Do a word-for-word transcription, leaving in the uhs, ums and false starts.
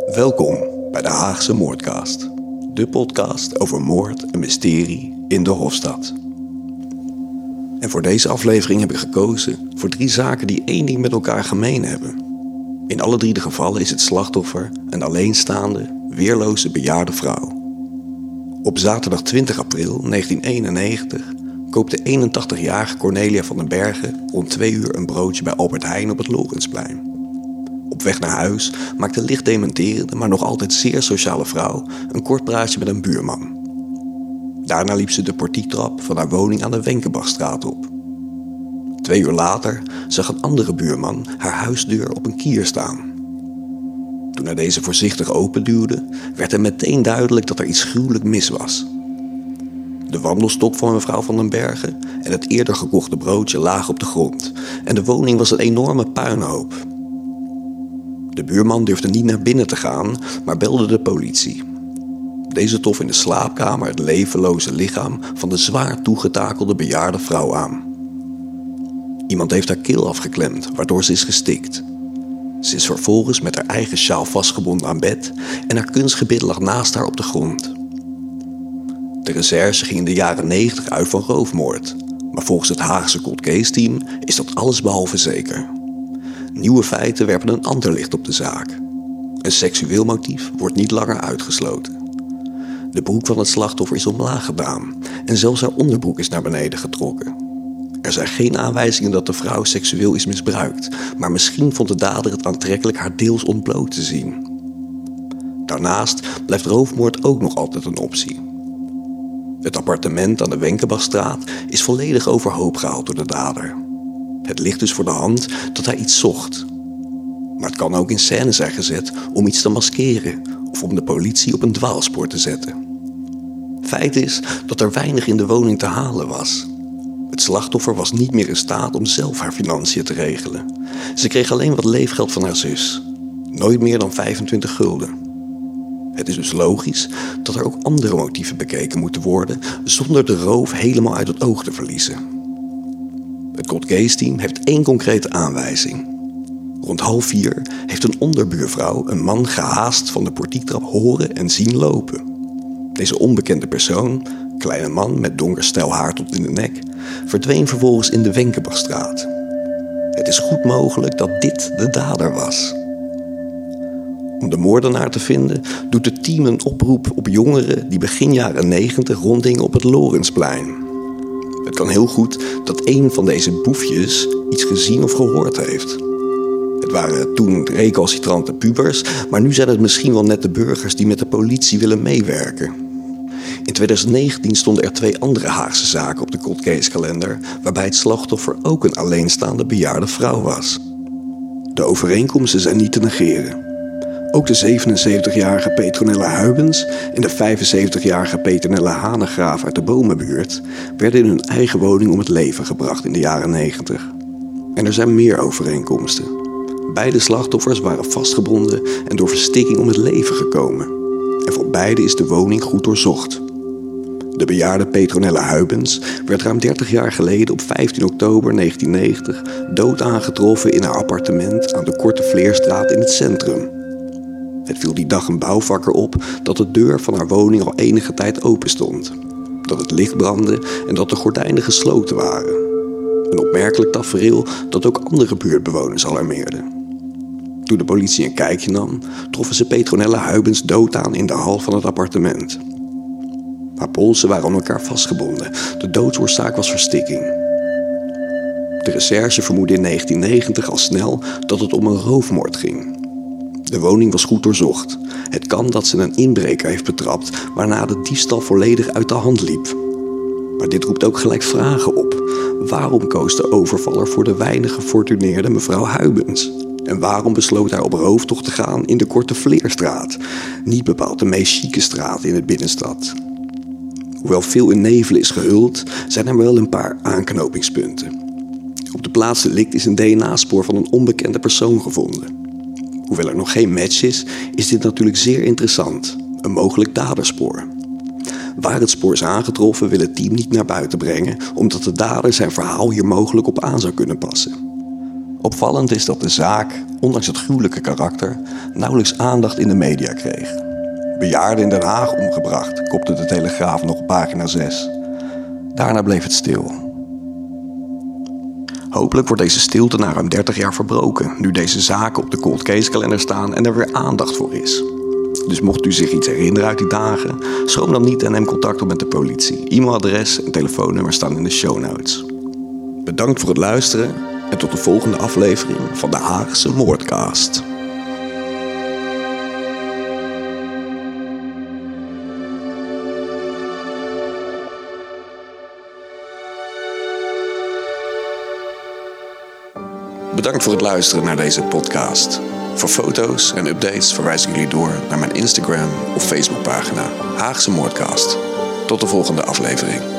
Welkom bij de Haagse Moordcast, de podcast over moord en mysterie in de Hofstad. En voor deze aflevering heb ik gekozen voor drie zaken die één ding met elkaar gemeen hebben. In alle drie de gevallen is het slachtoffer een alleenstaande, weerloze bejaarde vrouw. Op zaterdag twintig april negentien eenennegentig koopt de eenentachtigjarige Cornelia van den Bergen rond twee uur een broodje bij Albert Heijn op het Lorensplein. Op weg naar huis maakt de licht dementerende, maar nog altijd zeer sociale vrouw een kort praatje met een buurman. Daarna liep ze de portiektrap van haar woning aan de Wenkenbachstraat op. Twee uur later zag een andere buurman haar huisdeur op een kier staan. Toen hij deze voorzichtig openduwde, werd hem meteen duidelijk dat er iets gruwelijk mis was. De wandelstok van mevrouw van den Bergen en het eerder gekochte broodje lagen op de grond en de woning was een enorme puinhoop. De buurman durfde niet naar binnen te gaan, maar belde de politie. Deze trof in de slaapkamer het levenloze lichaam van de zwaar toegetakelde bejaarde vrouw aan. Iemand heeft haar keel afgeklemd, waardoor ze is gestikt. Ze is vervolgens met haar eigen sjaal vastgebonden aan bed en haar kunstgebit lag naast haar op de grond. De recherche ging in de jaren negentig uit van roofmoord, maar volgens het Haagse cold case team is dat allesbehalve zeker. Nieuwe feiten werpen een ander licht op de zaak. Een seksueel motief wordt niet langer uitgesloten. De broek van het slachtoffer is omlaag gedaan en zelfs haar onderbroek is naar beneden getrokken. Er zijn geen aanwijzingen dat de vrouw seksueel is misbruikt, maar misschien vond de dader het aantrekkelijk haar deels ontbloot te zien. Daarnaast blijft roofmoord ook nog altijd een optie. Het appartement aan de Wenkenbachstraat is volledig overhoop gehaald door de dader. Het ligt dus voor de hand dat hij iets zocht. Maar het kan ook in scène zijn gezet om iets te maskeren of om de politie op een dwaalspoor te zetten. Feit is dat er weinig in de woning te halen was. Het slachtoffer was niet meer in staat om zelf haar financiën te regelen. Ze kreeg alleen wat leefgeld van haar zus. Nooit meer dan vijfentwintig gulden. Het is dus logisch dat er ook andere motieven bekeken moeten worden zonder de roof helemaal uit het oog te verliezen. Het cold case team heeft één concrete aanwijzing. Rond half vier heeft een onderbuurvrouw een man gehaast van de portiektrap horen en zien lopen. Deze onbekende persoon, kleine man met donker steil haar tot in de nek, verdween vervolgens in de Wenkenbachstraat. Het is goed mogelijk dat dit de dader was. Om de moordenaar te vinden doet het team een oproep op jongeren die begin jaren negentig rondhingen op het Lorensplein. Het kan heel goed dat een van deze boefjes iets gezien of gehoord heeft. Het waren toen recalcitrante pubers, maar nu zijn het misschien wel net de burgers die met de politie willen meewerken. In twintig negentien stonden er twee andere Haagse zaken op de cold case kalender, waarbij het slachtoffer ook een alleenstaande bejaarde vrouw was. De overeenkomsten zijn niet te negeren. Ook de zevenenzeventigjarige Petronella Huibens en de vijfenzeventigjarige Petronella Hanegraaf uit de Bomenbuurt werden in hun eigen woning om het leven gebracht in de jaren negentig. En er zijn meer overeenkomsten. Beide slachtoffers waren vastgebonden en door verstikking om het leven gekomen. En voor beide is de woning goed doorzocht. De bejaarde Petronella Huibens werd ruim dertig jaar geleden op vijftien oktober negentien negentig dood aangetroffen in haar appartement aan de Korte Vleerstraat in het centrum. Het viel die dag een bouwvakker op dat de deur van haar woning al enige tijd open stond. Dat het licht brandde en dat de gordijnen gesloten waren. Een opmerkelijk tafereel dat ook andere buurtbewoners alarmeerde. Toen de politie een kijkje nam, troffen ze Petronella Huibens dood aan in de hal van het appartement. Haar polsen waren aan elkaar vastgebonden. De doodsoorzaak was verstikking. De recherche vermoedde in negentien negentig al snel dat het om een roofmoord ging. De woning was goed doorzocht. Het kan dat ze een inbreker heeft betrapt, waarna de diefstal volledig uit de hand liep. Maar dit roept ook gelijk vragen op. Waarom koos de overvaller voor de weinig gefortuneerde mevrouw Huibens? En waarom besloot hij op rooftocht te gaan in de Korte Vleerstraat? Niet bepaald de meest chique straat in de binnenstad. Hoewel veel in nevel is gehuld, zijn er wel een paar aanknopingspunten. Op de plaats delict is een D N A-spoor van een onbekende persoon gevonden. Hoewel er nog geen match is, is dit natuurlijk zeer interessant. Een mogelijk daderspoor. Waar het spoor is aangetroffen wil het team niet naar buiten brengen, omdat de dader zijn verhaal hier mogelijk op aan zou kunnen passen. Opvallend is dat de zaak, ondanks het gruwelijke karakter, nauwelijks aandacht in de media kreeg. Bejaarden in Den Haag omgebracht, kopte de Telegraaf nog op pagina zes. Daarna bleef het stil. Hopelijk wordt deze stilte na ruim dertig jaar verbroken, nu deze zaken op de cold case kalender staan en er weer aandacht voor is. Dus mocht u zich iets herinneren uit die dagen, schroom dan niet en neem contact op met de politie. E-mailadres en telefoonnummer staan in de show notes. Bedankt voor het luisteren en tot de volgende aflevering van de Haagse Moordcast. Bedankt voor het luisteren naar deze podcast. Voor foto's en updates verwijs ik jullie door naar mijn Instagram of Facebookpagina Haagse Moordcast. Tot de volgende aflevering.